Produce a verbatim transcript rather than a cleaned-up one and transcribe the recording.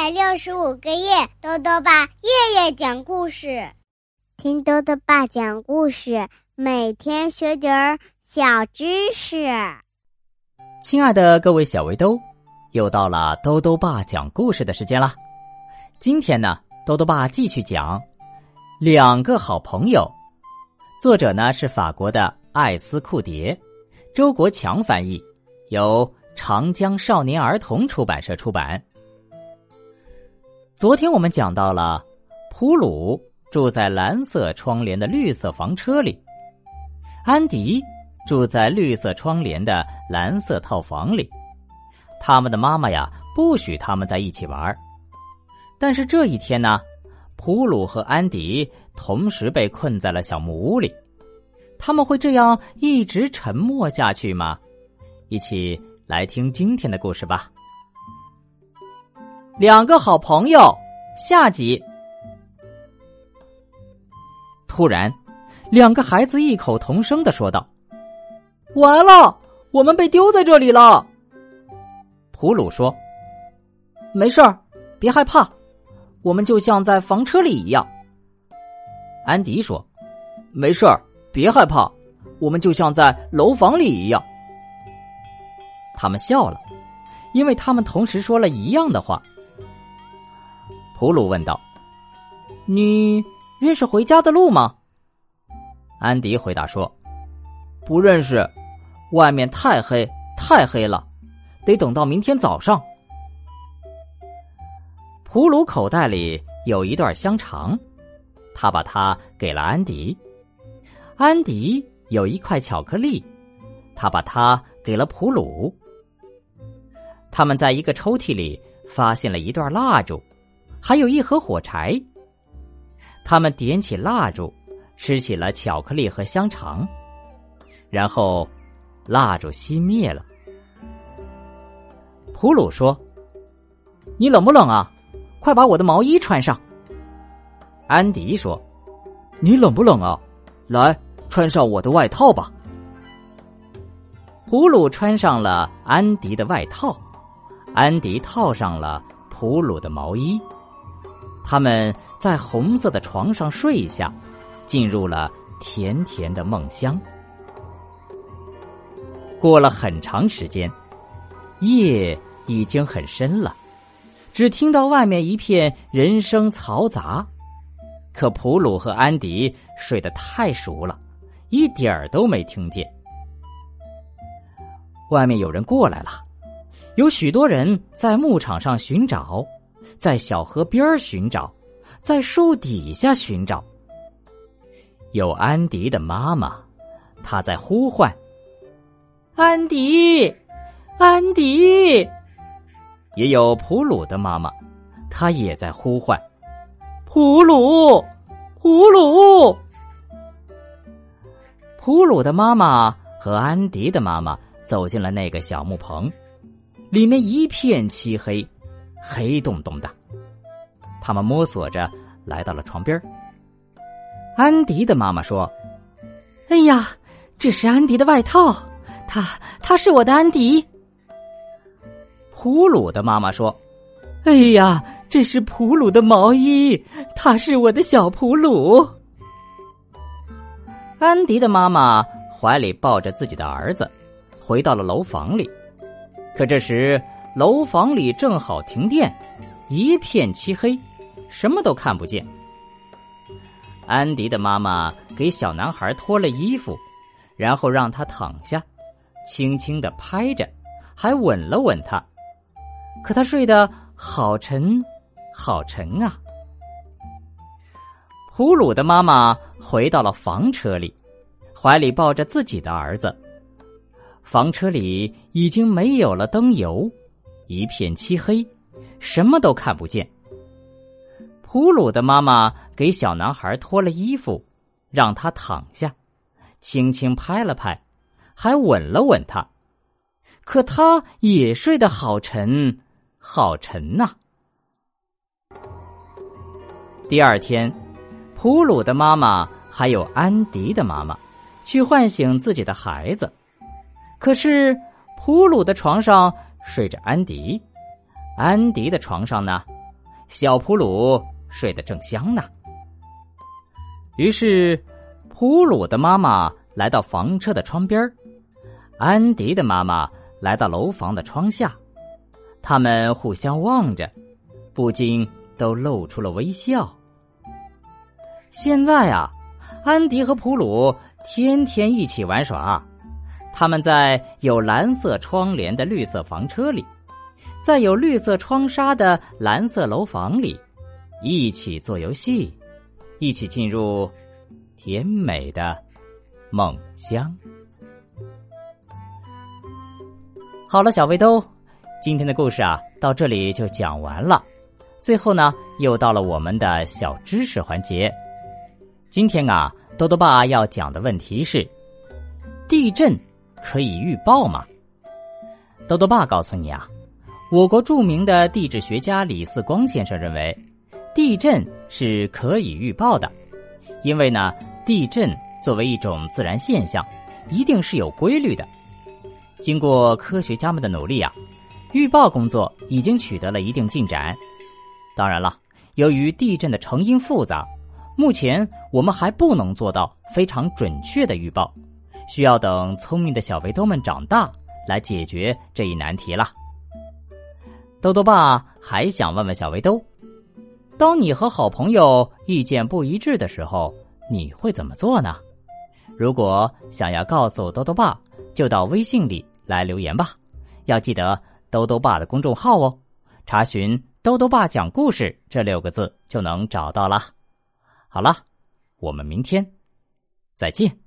百六十五个夜，豆豆爸夜夜讲故事，听豆豆爸讲故事，每天学点儿小知识。 亲爱的各位小围兜，又到了豆豆爸讲故事的时间了。今天呢，豆豆爸继续讲两个好朋友，作者呢是法国的艾斯库蝶，周国强翻译，由长江少年儿童出版社出版。昨天我们讲到了普鲁住在蓝色窗帘的绿色房车里，安迪住在绿色窗帘的蓝色套房里。他们的妈妈呀不许他们在一起玩。但是这一天呢，普鲁和安迪同时被困在了小木屋里。他们会这样一直沉默下去吗？一起来听今天的故事吧。两个好朋友，下集。突然，两个孩子异口同声地说道：完了，我们被丢在这里了。普鲁说：没事儿，别害怕，我们就像在房车里一样。安迪说：没事儿，别害怕，我们就像在楼房里一样。他们笑了，因为他们同时说了一样的话。普鲁问道：你认识回家的路吗？安迪回答说：不认识，外面太黑太黑了，得等到明天早上。普鲁口袋里有一段香肠，他把它给了安迪。安迪有一块巧克力，他把它给了普鲁。他们在一个抽屉里发现了一段蜡烛，还有一盒火柴。他们点起蜡烛，吃起了巧克力和香肠，然后蜡烛熄灭了。普鲁说：你冷不冷啊？快把我的毛衣穿上。安迪说：你冷不冷啊？来，穿上我的外套吧。普鲁穿上了安迪的外套，安迪套上了普鲁的毛衣。他们在红色的床上睡下，进入了甜甜的梦乡。过了很长时间，夜已经很深了，只听到外面一片人声嘈杂。可普鲁和安迪睡得太熟了，一点儿都没听见。外面有人过来了，有许多人在牧场上寻找，在小河边寻找，在树底下寻找。有安迪的妈妈，她在呼唤：安迪，安迪！也有普鲁的妈妈，她也在呼唤：普鲁，普鲁！普鲁的妈妈和安迪的妈妈走进了那个小木棚，里面一片漆黑，黑洞洞的。他们摸索着来到了床边。安迪的妈妈说：哎呀，这是安迪的外套，他他是我的安迪。普鲁的妈妈说：哎呀，这是普鲁的毛衣，他是我的小普鲁。安迪的妈妈怀里抱着自己的儿子，回到了楼房里。可这时楼房里正好停电，一片漆黑，什么都看不见。安迪的妈妈给小男孩脱了衣服，然后让他躺下，轻轻地拍着，还吻了吻他。可他睡得好沉好沉啊。普鲁的妈妈回到了房车里，怀里抱着自己的儿子。房车里已经没有了灯油，一片漆黑，什么都看不见。普鲁的妈妈给小男孩脱了衣服，让他躺下，轻轻拍了拍，还吻了吻他。可他也睡得好沉好沉呐。第二天，普鲁的妈妈还有安迪的妈妈去唤醒自己的孩子。可是普鲁的床上睡着安迪，安迪的床上呢小普鲁睡得正香呢。于是普鲁的妈妈来到房车的窗边，安迪的妈妈来到楼房的窗下，他们互相望着，不禁都露出了微笑。现在啊，安迪和普鲁天天一起玩耍，他们在有蓝色窗帘的绿色房车里，在有绿色窗纱的蓝色楼房里，一起做游戏，一起进入甜美的梦乡。好了，小围兜，今天的故事啊，到这里就讲完了。最后呢，又到了我们的小知识环节。今天啊，豆豆爸要讲的问题是：地震可以预报吗？豆豆爸告诉你啊，我国著名的地质学家李四光先生认为，地震是可以预报的，因为呢，地震作为一种自然现象，一定是有规律的。经过科学家们的努力啊，预报工作已经取得了一定进展。当然了，由于地震的成因复杂，目前我们还不能做到非常准确的预报，需要等聪明的小围兜们长大来解决这一难题了。豆豆爸还想问问小围兜，当你和好朋友意见不一致的时候，你会怎么做呢？如果想要告诉豆豆爸，就到微信里来留言吧，要记得豆豆爸的公众号哦，查询豆豆爸讲故事这六个字就能找到了。好了，我们明天再见。